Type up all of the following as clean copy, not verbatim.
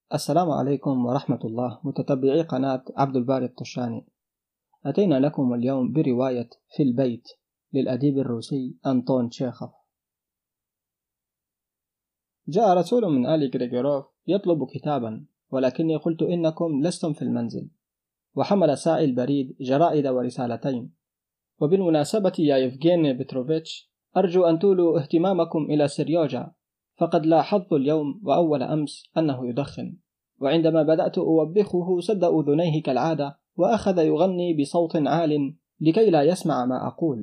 السلام عليكم ورحمة الله متتبعي قناة عبد الباري الطشاني. أتينا لكم اليوم برواية في البيت للأديب الروسي أنطون تشيخوف. جاء رسول من آل غريغوروف يطلب كتابا، ولكني قلت إنكم لستم في المنزل، وحمل ساعي البريد جرائد ورسالتين. وبالمناسبة يا يفغيني بتروفيتش، أرجو أن تولوا اهتمامكم إلى سيريوجا، فقد لاحظت اليوم وأول أمس أنه يدخن، وعندما بدأت أوبخه سد أذنيه كالعادة وأخذ يغني بصوت عال لكي لا يسمع ما أقول.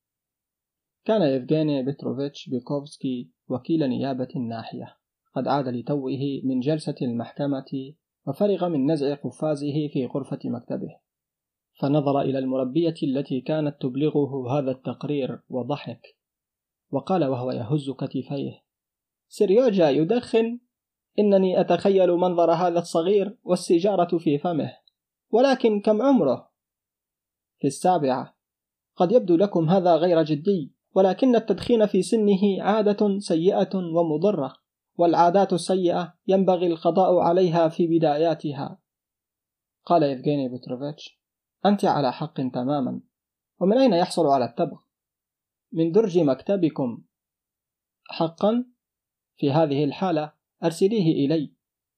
كان يفغيني بتروفيتش بيكوفسكي وكيل نيابة الناحية قد عاد لتوه من جلسة المحكمة، وفرغ من نزع قفازه في غرفة مكتبه، فنظر إلى المربية التي كانت تبلغه هذا التقرير وضحك، وقال وهو يهز كتفيه: سيريوجا يدخن؟ إنني أتخيل منظر هذا الصغير والسيجارة في فمه، ولكن كم عمره؟ في 7. قد يبدو لكم هذا غير جدي، ولكن التدخين في سنه عادة سيئة ومضرة، والعادات السيئة ينبغي القضاء عليها في بداياتها. قال يفغيني بتروفيتش: أنت على حق تماما. ومن أين يحصل على التبغ؟ من درج مكتبكم. حقا؟ في هذه الحالة أرسليه إلي.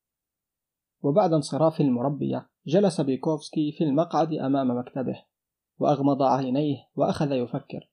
وبعد انصراف المربية جلس بيكوفسكي في المقعد أمام مكتبه، وأغمض عينيه وأخذ يفكر،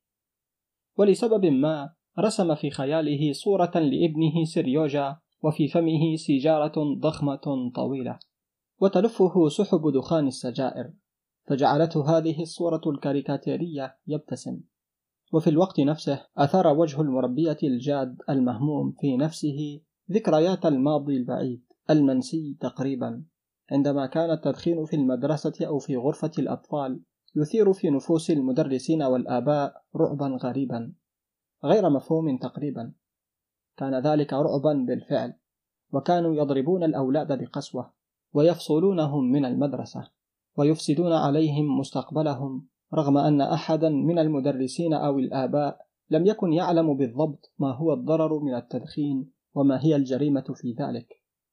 ولسبب ما رسم في خياله صورة لابنه سيريوجا وفي فمه سيجارة ضخمة طويلة وتلفه سحب دخان السجائر، فجعلته هذه الصورة الكاريكاتيرية يبتسم. وفي الوقت نفسه أثار وجه المربية الجاد المهموم في نفسه ذكريات الماضي البعيد المنسي تقريبا، عندما كان التدخين في المدرسة أو في غرفة الأطفال يثير في نفوس المدرسين والآباء رعبا غريبا غير مفهوم تقريبا. كان ذلك رعبا بالفعل، وكانوا يضربون الأولاد بقسوة ويفصلونهم من المدرسة ويفسدون عليهم مستقبلهم، رغم أن أحدا من المدرسين أو الآباء لم يكن يعلم بالضبط ما هو الضرر من التدخين وما هي الجريمة في ذلك.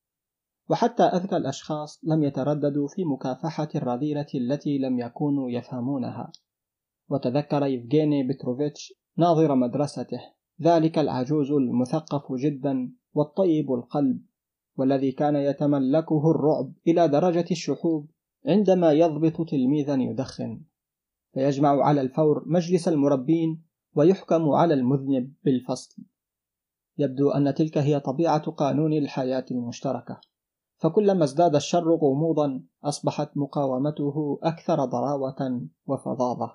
وحتى أذكى الأشخاص لم يترددوا في مكافحة الرذيلة التي لم يكونوا يفهمونها. وتذكر يفغيني بتروفيتش ناظر مدرسته، ذلك العجوز المثقف جدا والطيب القلب، والذي كان يتملكه الرعب إلى درجة الشحوب عندما يضبط تلميذا يدخن، فيجمع على الفور مجلس المربين ويحكم على المذنب بالفصل. يبدو أن تلك هي طبيعة قانون الحياة المشتركة، فكلما ازداد الشر غموضا أصبحت مقاومته أكثر ضراوة وفظاظة.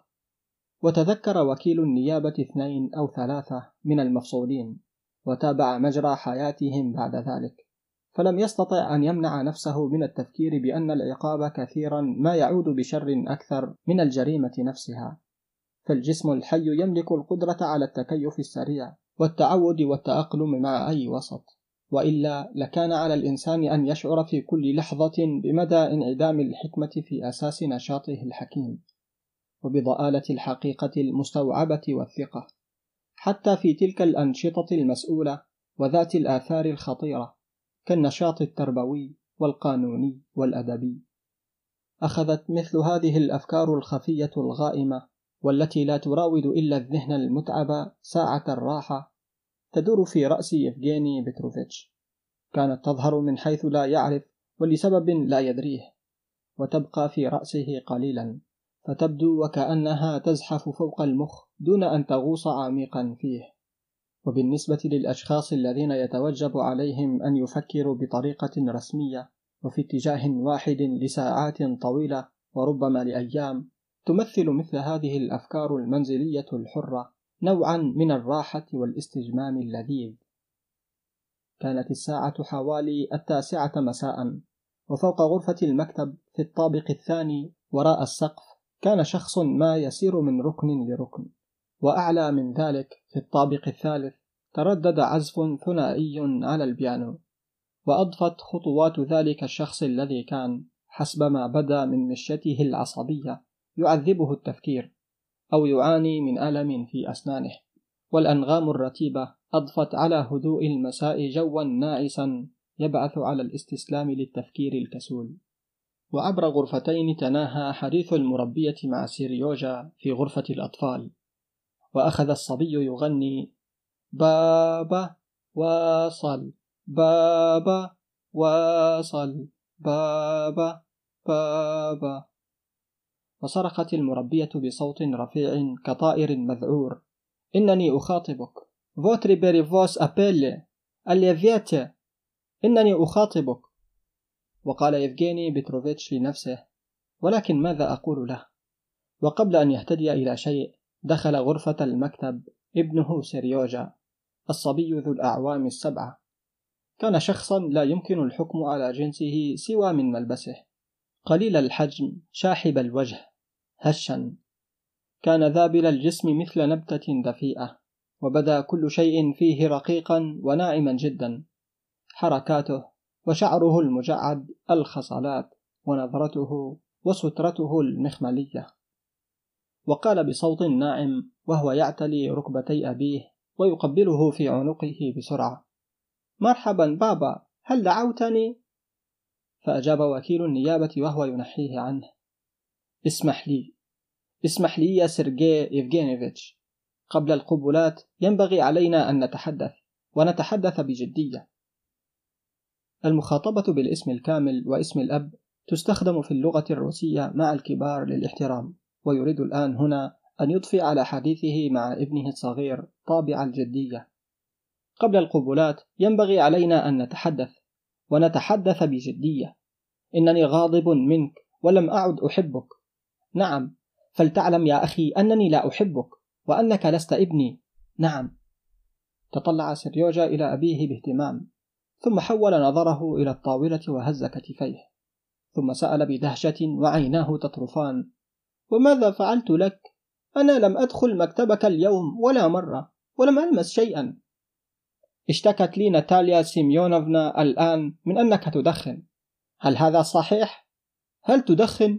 وتذكر وكيل النيابة 2 أو 3 من المفصولين، وتابع مجرى حياتهم بعد ذلك، فلم يستطع أن يمنع نفسه من التفكير بأن العقاب كثيرا ما يعود بشر أكثر من الجريمة نفسها. فالجسم الحي يملك القدرة على التكيف السريع والتعود والتأقلم مع أي وسط، وإلا لكان على الإنسان أن يشعر في كل لحظة بمدى انعدام الحكمة في أساس نشاطه الحكيم، وبضآلة الحقيقة المستوعبة والثقة، حتى في تلك الأنشطة المسؤولة وذات الآثار الخطيرة كالنشاط التربوي والقانوني والأدبي. أخذت مثل هذه الأفكار الخفية الغائمة والتي لا تراود إلا الذهن المتعب ساعة الراحة تدور في رأس يفغيني بتروفيتش. كانت تظهر من حيث لا يعرف ولسبب لا يدريه، وتبقى في رأسه قليلا، فتبدو وكأنها تزحف فوق المخ دون أن تغوص عميقا فيه. وبالنسبة للأشخاص الذين يتوجب عليهم أن يفكروا بطريقة رسمية وفي اتجاه واحد لساعات طويلة وربما لأيام، تمثل مثل هذه الأفكار المنزلية الحرة نوعا من الراحة والاستجمام اللذيذ. كانت الساعة حوالي 9 مساء، وفوق غرفة المكتب في الطابق الثاني وراء السقف كان شخص ما يسير من ركن لركن، وأعلى من ذلك في الطابق الثالث تردد عزف ثنائي على البيانو. وأضفت خطوات ذلك الشخص الذي كان حسب ما بدا من مشيته العصبية يعذبه التفكير أو يعاني من ألم في أسنانه، والأنغام الرتيبة أضفت على هدوء المساء جوا ناعسا يبعث على الاستسلام للتفكير الكسول. وعبر غرفتين تناهى حديث المربية مع سيريوجا في غرفة الأطفال، وأخذ الصبي يغني: بابا واصل، بابا واصل، بابا بابا. وصرخت المربية بصوت رفيع كطائر مذعور: إنني أخاطبك، فوتري بيريفوس أبيلي أليفياتي، إنني أخاطبك. وقال يفغيني بتروفيتش لنفسه: ولكن ماذا أقول له؟ وقبل أن يهتدي إلى شيء دخل غرفة المكتب ابنه سيريوجا، الصبي ذو الأعوام 7. كان شخصا لا يمكن الحكم على جنسه سوى من ملبسه، قليل الحجم، شاحب الوجه، هشا. كان ذابل الجسم مثل نبتة دفيئة، وبدا كل شيء فيه رقيقا وناعما جدا، حركاته وشعره المجعد، الخصلات، ونظرته وسترته المخملية. وقال بصوت ناعم وهو يعتلي ركبتي أبيه ويقبله في عنقه بسرعة: مرحبا بابا، هل دعوتني؟ فأجاب وكيل النيابة وهو ينحيه عنه: اسمح لي يا سيرجي يفغينيفيتش، قبل القبلات ينبغي علينا أن ونتحدث بجدية. المخاطبة بالاسم الكامل واسم الأب تستخدم في اللغة الروسية مع الكبار للاحترام، ويريد الآن هنا أن يضفي على حديثه مع ابنه الصغير طابع الجدية. قبل القبلات ينبغي علينا أن ونتحدث بجدية. إنني غاضب منك ولم أعد أحبك. نعم، فلتعلم يا أخي أنني لا أحبك، وأنك لست ابني. نعم. تطلع سيريوجا إلى أبيه باهتمام، ثم حول نظره إلى الطاولة وهز كتفيه، ثم سأل بدهشة وعيناه تطرفان: وماذا فعلت لك؟ أنا لم أدخل مكتبك اليوم ولا مرة، ولم ألمس شيئا. اشتكت لي ناتاليا سيميونوفنا الآن من أنك تدخن. هل هذا صحيح؟ هل تدخن؟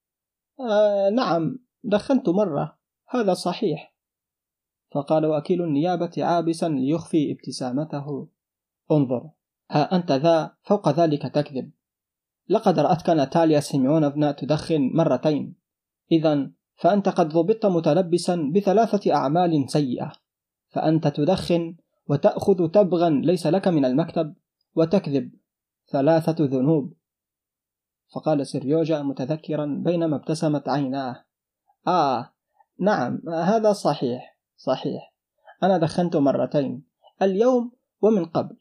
نعم، دخنت مرة، هذا صحيح. فقال وكيل النيابة عابسا ليخفي ابتسامته: انظر، ها أنت ذا فوق ذلك تكذب. لقد رأتك ناتاليا سيميونوفنا تدخن مرتين، إذن فأنت قد ضبطت متلبسا ب3 أعمال سيئة، فأنت تدخن وتأخذ تبغا ليس لك من المكتب وتكذب، 3 ذنوب. فقال سيريوجا متذكرا بينما ابتسمت عيناه: نعم، هذا صحيح، أنا دخنت مرتين، اليوم ومن قبل.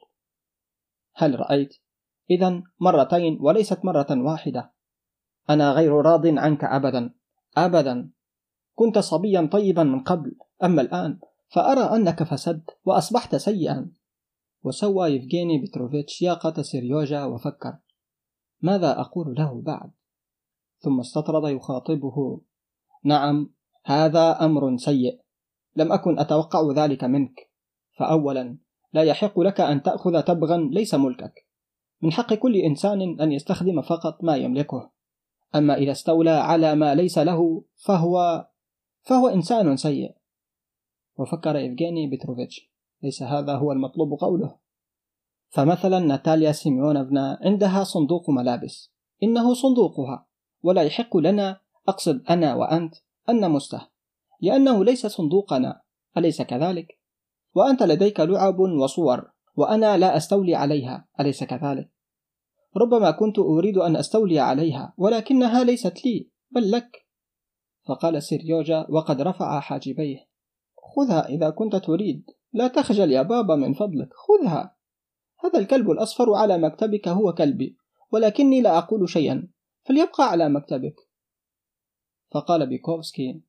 هل رأيت؟ إذن مرتين وليست مرة واحدة. أنا غير راض عنك أبدا. كنت صبيا طيبا من قبل، أما الآن فأرى أنك فسدت وأصبحت سيئا. وسوى يفغيني بتروفيتش ياقة سيريوجا وفكر: ماذا أقول له بعد؟ ثم استطرد يخاطبه: نعم، هذا أمر سيء، لم أكن أتوقع ذلك منك. فأولا، لا يحق لك أن تأخذ تبغا ليس ملكك. من حق كل إنسان أن يستخدم فقط ما يملكه، أما إذا استولى على ما ليس له فهو إنسان سيء. وفكر يفغيني بتروفيتش: ليس هذا هو المطلوب قوله. فمثلا ناتاليا سيميونوفنا عندها صندوق ملابس، إنه صندوقها، ولا يحق لنا، أقصد أنا وأنت، أن نمسه، لأنه ليس صندوقنا، أليس كذلك؟ وأنت لديك لعب وصور، وأنا لا أستولي عليها، أليس كذلك؟ ربما كنت أريد أن أستولي عليها، ولكنها ليست لي، بل لك. فقال سيريوجا وقد رفع حاجبيه: خذها إذا كنت تريد، لا تخجل يا بابا من فضلك، خذها. هذا الكلب الأصفر على مكتبك هو كلبي، ولكني لا أقول شيئا، فليبقى على مكتبك. فقال بيكوفسكي: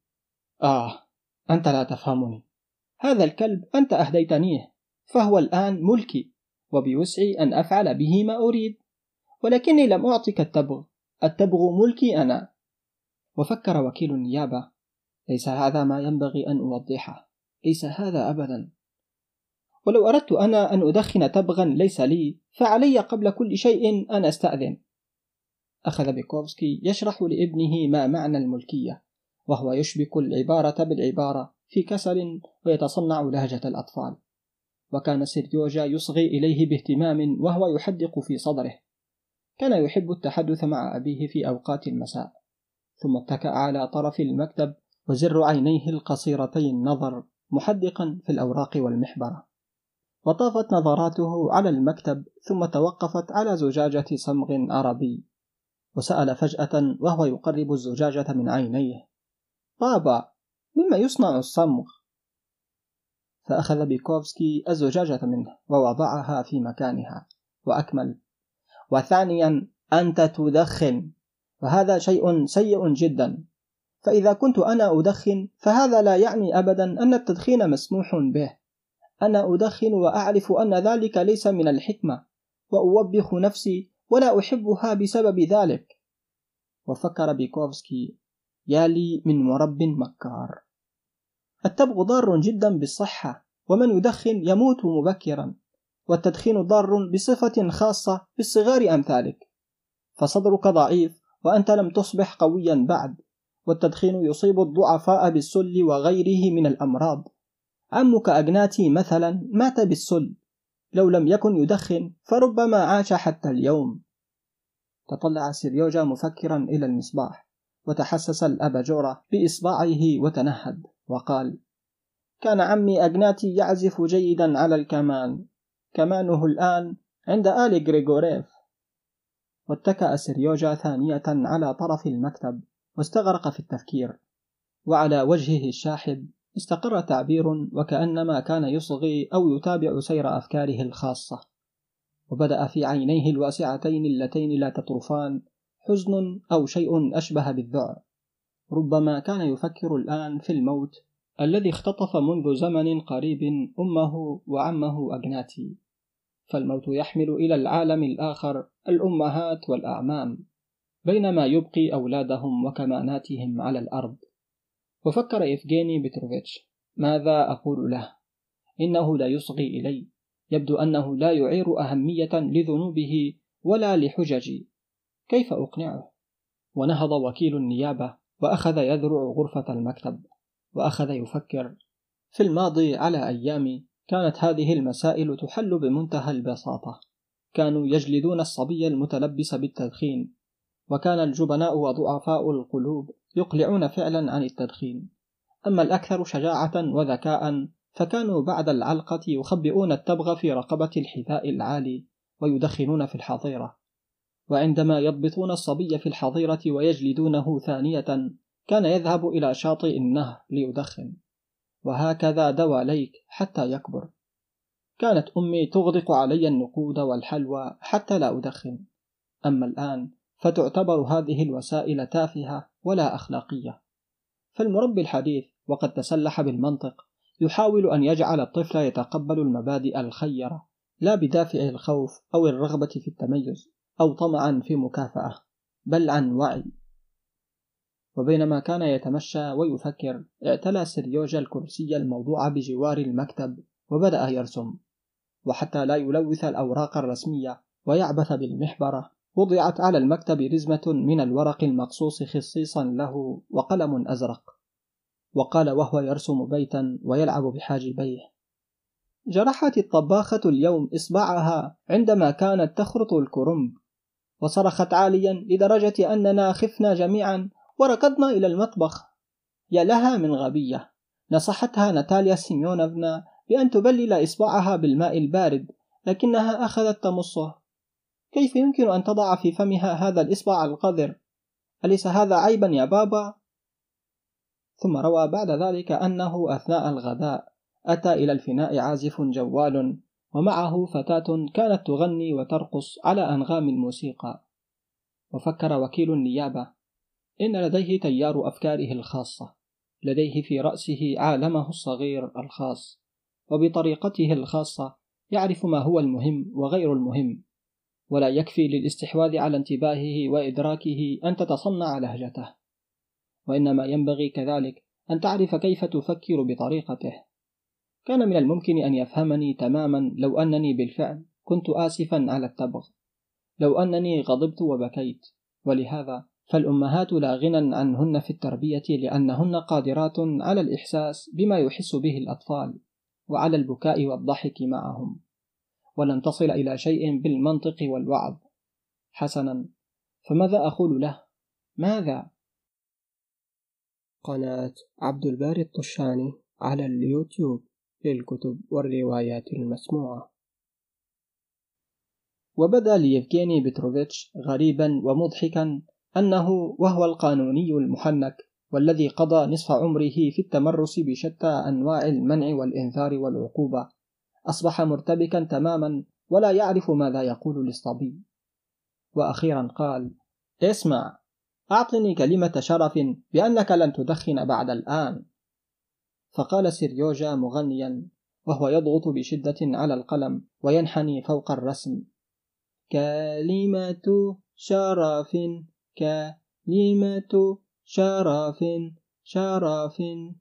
أنت لا تفهمني. هذا الكلب أنت أهديتنيه، فهو الآن ملكي، وبوسعي أن أفعل به ما أريد، ولكني لم أعطك التبغ ملكي أنا. وفكر وكيل النيابة: ليس هذا ما ينبغي أن أوضحه، ليس هذا أبدا. ولو أردت أنا أن أدخن تبغا ليس لي، فعلي قبل كل شيء أن أستأذن. أخذ بيكوفسكي يشرح لابنه ما معنى الملكية، وهو يشبك العبارة بالعبارة في كسل ويتصنع لهجة الأطفال. وكان سيريوجا يصغي إليه باهتمام وهو يحدق في صدره. كان يحب التحدث مع أبيه في أوقات المساء، ثم اتكأ على طرف المكتب وزر عينيه القصيرتين النظر محدقا في الأوراق والمحبرة. وطافت نظراته على المكتب ثم توقفت على زجاجة صمغ عربي، وسأل فجأة وهو يقرب الزجاجة من عينيه: بابا، مما يصنع الصمغ؟ فأخذ بيكوفسكي الزجاجة منه ووضعها في مكانها وأكمل: وثانيا أنت تدخن، وهذا شيء سيء جدا، فإذا كنت أنا أدخن فهذا لا يعني أبدا أن التدخين مسموح به. أنا أدخن وأعرف أن ذلك ليس من الحكمة، وأوبخ نفسي ولا أحبها بسبب ذلك. وفكر بيكوفسكي: يا لي من مرب مكار. التبغ ضار جدا بالصحة، ومن يدخن يموت مبكرا، والتدخين ضار بصفة خاصة بالصغار أمثالك، فصدرك ضعيف وأنت لم تصبح قويا بعد، والتدخين يصيب الضعفاء بالسل وغيره من الأمراض. عمك أجناتي مثلا مات بالسل، لو لم يكن يدخن فربما عاش حتى اليوم. تطلع سيريوجا مفكرا إلى المصباح، وتحسس الأباجورة بإصبعه وتنهد وقال: كان عمي أجناتي يعزف جيدا على الكمان، كمانه الآن عند آل غريغوريف. واتكأ سيريوجا ثانية على طرف المكتب واستغرق في التفكير، وعلى وجهه الشاحب استقر تعبير وكأنما كان يصغي أو يتابع سير أفكاره الخاصة. وبدأ في عينيه الواسعتين اللتين لا تطرفان حزن أو شيء أشبه بالذعر. ربما كان يفكر الآن في الموت الذي اختطف منذ زمن قريب أمه وعمه أجناتي، فالموت يحمل إلى العالم الآخر الأمهات والأعمام، بينما يبقي أولادهم وكماناتهم على الأرض. وفكر إيفغيني بتروفيتش: ماذا أقول له؟ إنه لا يصغي إلي، يبدو أنه لا يعير أهمية لذنوبه ولا لحججي، كيف أقنعه؟ ونهض وكيل النيابة وأخذ يذرع غرفة المكتب، وأخذ يفكر: في الماضي على أيام كانت هذه المسائل تحل بمنتهى البساطة. كانوا يجلدون الصبي المتلبس بالتدخين، وكان الجبناء وضعفاء القلوب يقلعون فعلا عن التدخين. أما الأكثر شجاعة وذكاء فكانوا بعد العلقة يخبئون التبغ في رقبة الحذاء العالي ويدخنون في الحظيرة، وعندما يضبطون الصبي في الحظيرة ويجلدونه ثانية كان يذهب إلى شاطئ النهر ليدخن، وهكذا دواليك حتى يكبر. كانت أمي تغدق علي النقود والحلوى حتى لا أدخن، أما الآن فتعتبر هذه الوسائل تافهة ولا أخلاقية. فالمربي الحديث وقد تسلح بالمنطق يحاول أن يجعل الطفل يتقبل المبادئ الخيرة، لا بدافع الخوف أو الرغبة في التميز أو طمعا في مكافأة، بل عن وعي. وبينما كان يتمشى ويفكر اعتلى سيريوجا الكرسي الموضوع بجوار المكتب وبدأ يرسم، وحتى لا يلوث الأوراق الرسمية ويعبث بالمحبرة وضعت على المكتب رزمة من الورق المقصوص خصيصا له وقلم أزرق. وقال وهو يرسم بيتا ويلعب بحاجبيه: جرحت الطباخة اليوم إصبعها عندما كانت تخرط الكرنب، وصرخت عاليا لدرجة أننا خفنا جميعا وركضنا إلى المطبخ. يا لها من غبية! نصحتها ناتاليا سيميونوفنا بأن تبلل إصبعها بالماء البارد، لكنها أخذت تمصه. كيف يمكن أن تضع في فمها هذا الإصبع القذر؟ أليس هذا عيبا يا بابا؟ ثم روى بعد ذلك أنه أثناء الغداء أتى إلى الفناء عازف جوال ومعه فتاة كانت تغني وترقص على أنغام الموسيقى. وفكر وكيل النيابة: إن لديه تيار أفكاره الخاصة، لديه في رأسه عالمه الصغير الخاص، وبطريقته الخاصة يعرف ما هو المهم وغير المهم، ولا يكفي للاستحواذ على انتباهه وإدراكه أن تتصنع لهجته، وإنما ينبغي كذلك أن تعرف كيف تفكر بطريقته. كان من الممكن أن يفهمني تماما لو أنني بالفعل كنت آسفا على التبغ، لو أنني غضبت وبكيت. ولهذا فالأمهات لا غنى عنهن في التربية، لأنهن قادرات على الإحساس بما يحس به الأطفال، وعلى البكاء والضحك معهم، ولن تصل إلى شيء بالمنطق والوعظ. حسنا، فماذا أقول له؟ ماذا؟ قناة عبد الباري الطشاني على اليوتيوب للكتب والروايات المسموعة. وبدا ليفغيني بتروفيتش غريبا ومضحكا أنه وهو القانوني المحنك والذي قضى نصف عمره في التمرس بشتى أنواع المنع والإنذار والعقوبة أصبح مرتبكا تماما ولا يعرف ماذا يقول للصبي. وأخيرا قال: اسمع، أعطني كلمة شرف بأنك لن تدخن بعد الآن. فقال سيريوجا مغنيا وهو يضغط بشدة على القلم وينحني فوق الرسم: كلمة شرف، كلمة شرف، شرف.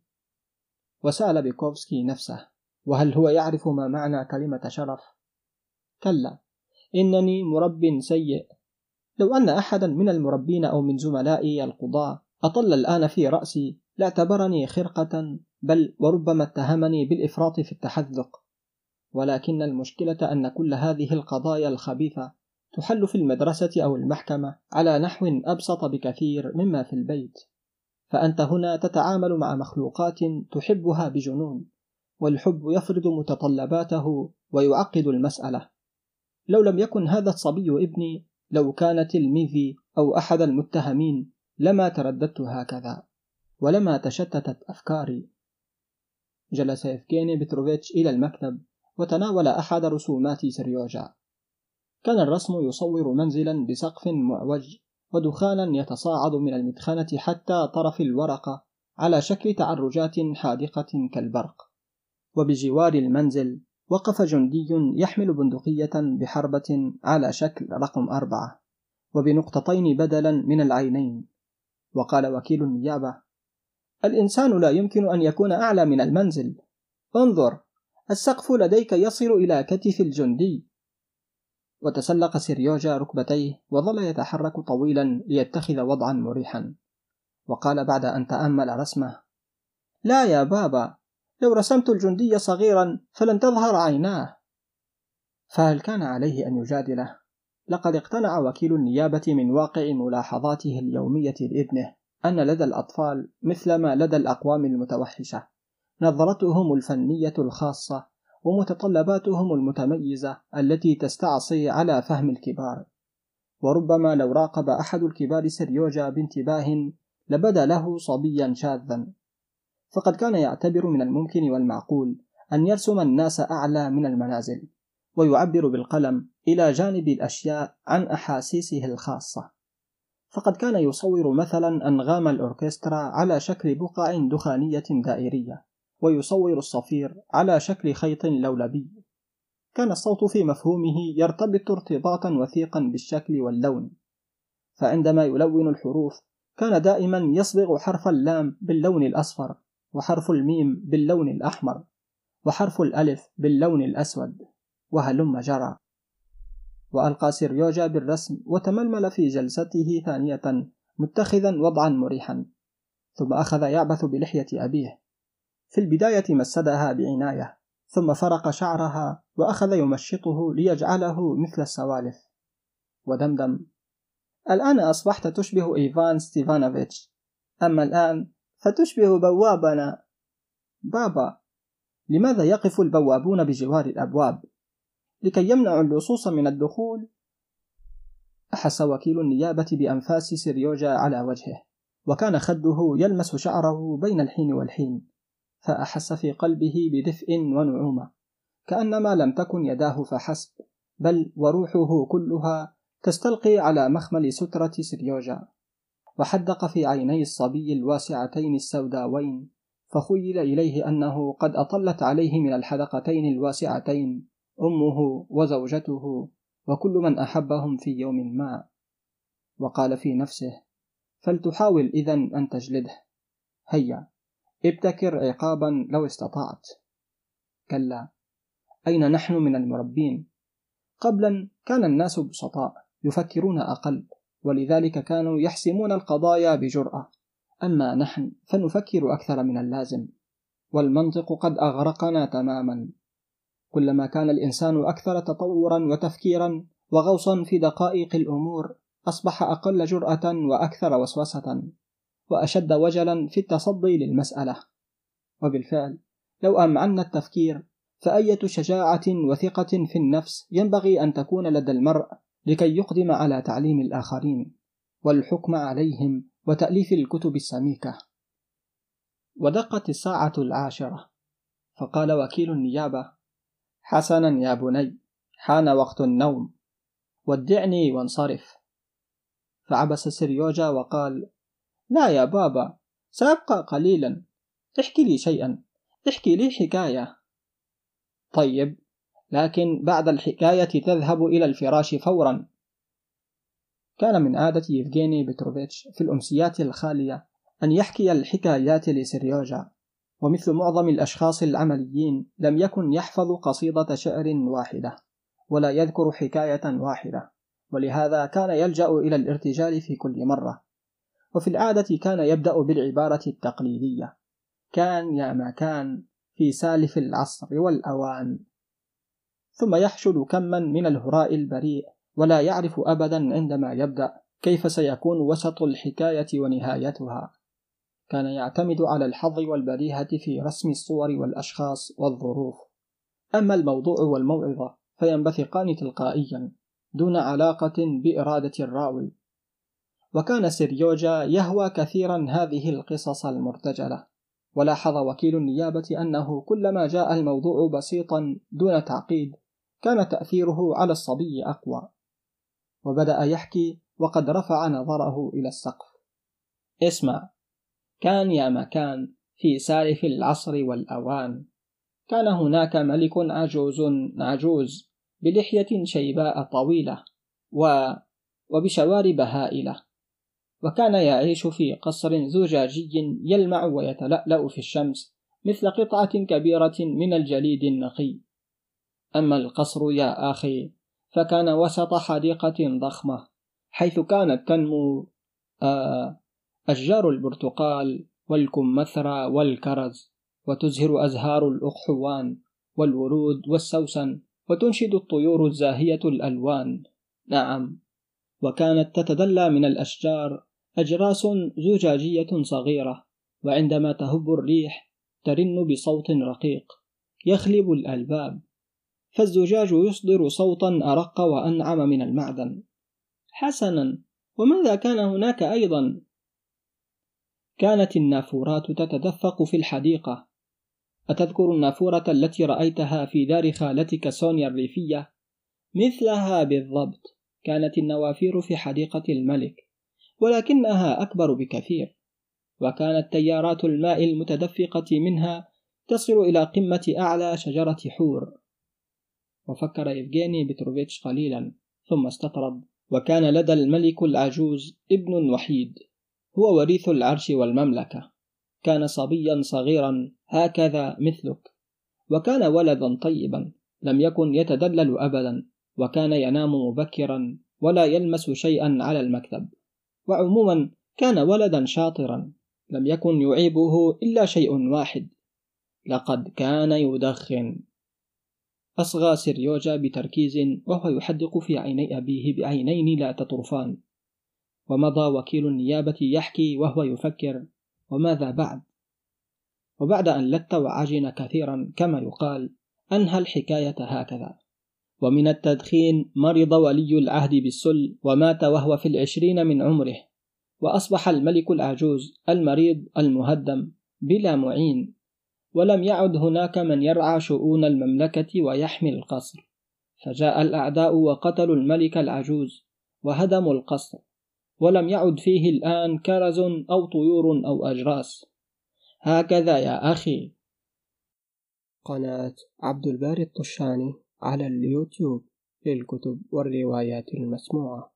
وسأل بيكوفسكي نفسه: وهل هو يعرف ما معنى كلمة شرف؟ كلا، إنني مرب سيء. لو أن أحدا من المربين أو من زملائي القضاة أطل الآن في رأسي لاعتبرني خرقة، بل وربما اتهمني بالإفراط في التحذق. ولكن المشكلة أن كل هذه القضايا الخبيثة تحل في المدرسة أو المحكمة على نحو أبسط بكثير مما في البيت. فأنت هنا تتعامل مع مخلوقات تحبها بجنون، والحب يفرض متطلباته ويعقد المسألة. لو لم يكن هذا الصبي ابني، لو كان تلميذي أو أحد المتهمين، لما ترددت هكذا ولما تشتتت أفكاري. جلس يفغيني بتروفيتش إلى المكتب وتناول أحد رسومات سيريوجا. كان الرسم يصور منزلا بسقف معوج ودخانا يتصاعد من المدخنة حتى طرف الورقة على شكل تعرجات حادقة كالبرق. وبجوار المنزل وقف جندي يحمل بندقية بحربة على شكل رقم 4 وبنقطتين بدلا من العينين. وقال وكيل النيابة: الإنسان لا يمكن أن يكون أعلى من المنزل. انظر، السقف لديك يصل إلى كتف الجندي. وتسلق سيريوجا ركبتيه وظل يتحرك طويلا ليتخذ وضعا مريحا. وقال بعد أن تأمل رسمه: لا يا بابا، لو رسمت الجندي صغيرا فلن تظهر عيناه. فهل كان عليه أن يجادله؟ لقد اقتنع وكيل النيابة من واقع ملاحظاته اليومية لابنه أن لدى الأطفال مثل ما لدى الأقوام المتوحشة نظرتهم الفنية الخاصة ومتطلباتهم المتميزة التي تستعصي على فهم الكبار. وربما لو راقب أحد الكبار سيريوجا بانتباه لبدا له صبيا شاذا، فقد كان يعتبر من الممكن والمعقول أن يرسم الناس أعلى من المنازل ويعبر بالقلم إلى جانب الأشياء عن أحاسيسه الخاصة. فقد كان يصور مثلا أنغام الأوركسترا على شكل بقع دخانية دائرية، ويصور الصفير على شكل خيط لولبي. كان الصوت في مفهومه يرتبط ارتباطا وثيقا بالشكل واللون، فعندما يلون الحروف كان دائما يصبغ حرف اللام باللون الأصفر، وحرف الميم باللون الأحمر، وحرف الألف باللون الأسود، وهلم جرى. وألقى سيريوجا بالرسم وتململ في جلسته ثانية متخذا وضعا مريحا، ثم أخذ يعبث بلحية أبيه. في البداية مسدها بعناية، ثم فرق شعرها وأخذ يمشطه ليجعله مثل السوالف، ودمدم: الآن أصبحت تشبه إيفان ستيفانوفيتش، أما الآن فتشبه بوابنا. بابا، لماذا يقف البوابون بجوار الأبواب؟ لكي يمنعوا اللصوص من الدخول؟ أحس وكيل النيابة بأنفاس سيريوجا على وجهه، وكان خده يلمس شعره بين الحين والحين، فأحس في قلبه بدفء ونعومة، كأنما لم تكن يداه فحسب، بل وروحه كلها تستلقي على مخمل سترة سيريوجا. وحدق في عيني الصبي الواسعتين السوداوين، فخيل إليه أنه قد أطلت عليه من الحدقتين الواسعتين أمه وزوجته وكل من أحبهم في يوم ما. وقال في نفسه: فلتحاول إذن أن تجلده، هيا ابتكر عقابا لو استطعت. كلا، أين نحن من المربين؟ قبلا كان الناس بسطاء يفكرون أقل، ولذلك كانوا يحسمون القضايا بجرأة، أما نحن فنفكر أكثر من اللازم. والمنطق قد أغرقنا تماما. كلما كان الإنسان أكثر تطورا وتفكيرا وغوصا في دقائق الأمور أصبح أقل جرأة وأكثر وسوسة وأشد وجلا في التصدي للمسألة. وبالفعل لو أمعنا التفكير فأية شجاعة وثقة في النفس ينبغي أن تكون لدى المرء لكي يقدم على تعليم الآخرين والحكم عليهم وتأليف الكتب السميكة. ودقت الساعة 10 فقال وكيل النيابة: حسنا يا بني، حان وقت النوم، ودعني وانصرف. فعبس سيريوجا وقال: لا يا بابا، سأبقى قليلا، احكي لي شيئا، احكي لي حكاية. طيب، لكن بعد الحكاية تذهب إلى الفراش فورا. كان من عادة يفغيني بتروفيتش في الأمسيات الخالية أن يحكي الحكايات لسيريوجا، ومثل معظم الأشخاص العمليين لم يكن يحفظ قصيدة شعر واحدة ولا يذكر حكاية واحدة، ولهذا كان يلجأ إلى الارتجال في كل مرة. وفي العادة كان يبدأ بالعبارة التقليدية: كان يا ما كان في سالف العصر والأوان، ثم يحشد كما من الهراء البريء، ولا يعرف أبدا عندما يبدأ كيف سيكون وسط الحكاية ونهايتها. كان يعتمد على الحظ والبديهة في رسم الصور والأشخاص والظروف، أما الموضوع والموعظة فينبثقان تلقائيا دون علاقة بإرادة الراوي. وكان سيريوجا يهوى كثيرا هذه القصص المرتجلة، ولاحظ وكيل النيابة أنه كلما جاء الموضوع بسيطا دون تعقيد كان تأثيره على الصبي أقوى. وبدأ يحكي وقد رفع نظره إلى السقف: اسمع، كان يا ما كان في سالف العصر والأوان، كان هناك ملك عجوز بلحية شيباء طويلة وبشوارب هائلة، وكان يعيش في قصر زجاجي يلمع ويتلألأ في الشمس مثل قطعة كبيرة من الجليد النقي. أما القصر يا أخي فكان وسط حديقة ضخمة، حيث كانت تنمو أشجار البرتقال والكمثرى والكرز، وتزهر أزهار الأقحوان والورود والسوسن، وتنشد الطيور الزاهية الألوان. نعم، وكانت تتدلى من الأشجار أجراس زجاجية صغيرة، وعندما تهب الريح ترن بصوت رقيق يخلب الألباب، فالزجاج يصدر صوتا أرق وأنعم من المعدن. حسنا، وماذا كان هناك أيضا؟ كانت النافورات تتدفق في الحديقة. أتذكر النافورة التي رأيتها في دار خالتك سونيا الريفية؟ مثلها بالضبط كانت النوافير في حديقة الملك، ولكنها أكبر بكثير، وكانت تيارات الماء المتدفقة منها تصل إلى قمة أعلى شجرة حور. وفكر يفغيني بتروفيتش قليلا ثم استطرد: وكان لدى الملك العجوز ابن وحيد، هو وريث العرش والمملكة، كان صبيا صغيرا هكذا مثلك، وكان ولدا طيبا لم يكن يتدلل أبدا، وكان ينام مبكرا ولا يلمس شيئا على المكتب، وعموما كان ولدا شاطرا لم يكن يعيبه إلا شيء واحد: لقد كان يدخن. أصغى سيريوجا بتركيز وهو يحدق في عيني أبيه بعينين لا تطرفان. ومضى وكيل النيابة يحكي وهو يفكر: وماذا بعد؟ وبعد أن لت وعجن كثيرا كما يقال أنهى الحكاية هكذا: ومن التدخين مرض ولي العهد بالسل ومات وهو في 20 من عمره، وأصبح الملك العجوز المريض المهدم بلا معين، ولم يعد هناك من يرعى شؤون المملكة ويحمي القصر، فجاء الأعداء وقتلوا الملك العجوز وهدموا القصر، ولم يعد فيه الآن كرز أو طيور أو أجراس. هكذا يا أخي. قناة عبد الباري الطشاني على اليوتيوب للكتب والروايات المسموعة.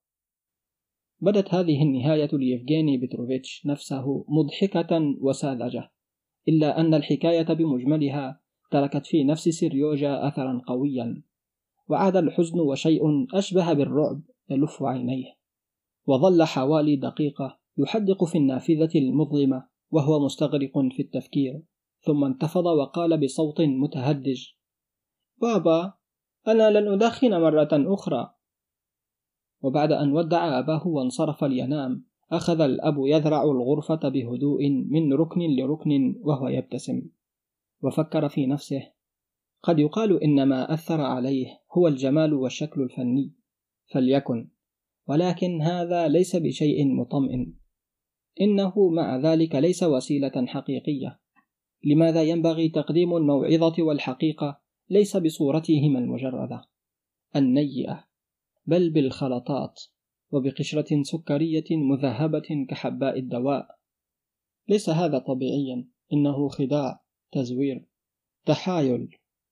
بدت هذه النهاية ليفغيني بتروفيتش نفسه مضحكة وساذجة، إلا أن الحكاية بمجملها تركت في نفس سيريوجا أثرا قويا، وعاد الحزن وشيء أشبه بالرعب يلف عينيه، وظل حوالي دقيقة يحدق في النافذة المظلمة وهو مستغرق في التفكير، ثم انتفض وقال بصوت متهدج: بابا، أنا لن أدخن مرة أخرى. وبعد أن ودع أباه وانصرف لينام، أخذ الأب يذرع الغرفة بهدوء من ركن لركن وهو يبتسم، وفكر في نفسه: قد يقال إن ما أثر عليه هو الجمال والشكل الفني، فليكن، ولكن هذا ليس بشيء مطمئن، إنه مع ذلك ليس وسيلة حقيقية. لماذا ينبغي تقديم الموعظة والحقيقة ليس بصورتهما المجردة النيئة، بل بالخلطات وبقشرة سكرية مذهبة كحباء الدواء؟ ليس هذا طبيعيا، إنه خداع، تزوير، تحايل.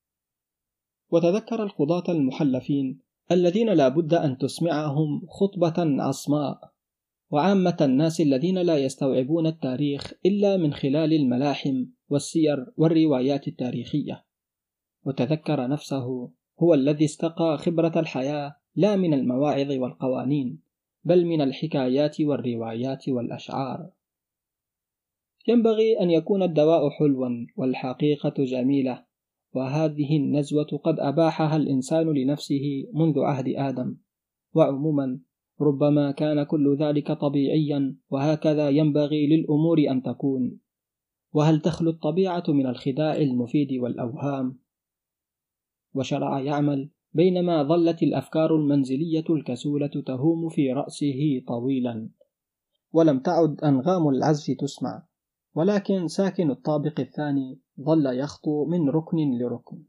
وتذكر القضاة المحلفين الذين لا بد أن تسمعهم خطبة عصماء، وعامة الناس الذين لا يستوعبون التاريخ إلا من خلال الملاحم والسير والروايات التاريخية. وتذكر نفسه هو الذي استقى خبرة الحياة لا من المواعظ والقوانين، بل من الحكايات والروايات والأشعار. ينبغي أن يكون الدواء حلوا والحقيقة جميلة، وهذه النزوة قد أباحها الإنسان لنفسه منذ عهد آدم. وعموما ربما كان كل ذلك طبيعيا، وهكذا ينبغي للأمور أن تكون. وهل تخلو الطبيعة من الخداع المفيد والأوهام؟ وشرع يعمل بينما ظلت الأفكار المنزلية الكسولة تهوم في رأسه طويلا، ولم تعد أنغام العزف تسمع، ولكن ساكن الطابق الثاني ظل يخطو من ركن لركن.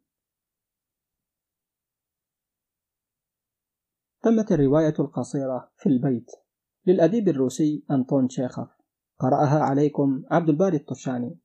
تمت الرواية القصيرة في البيت للأديب الروسي أنطون تشيخوف. قرأها عليكم عبد الباري الطشاني.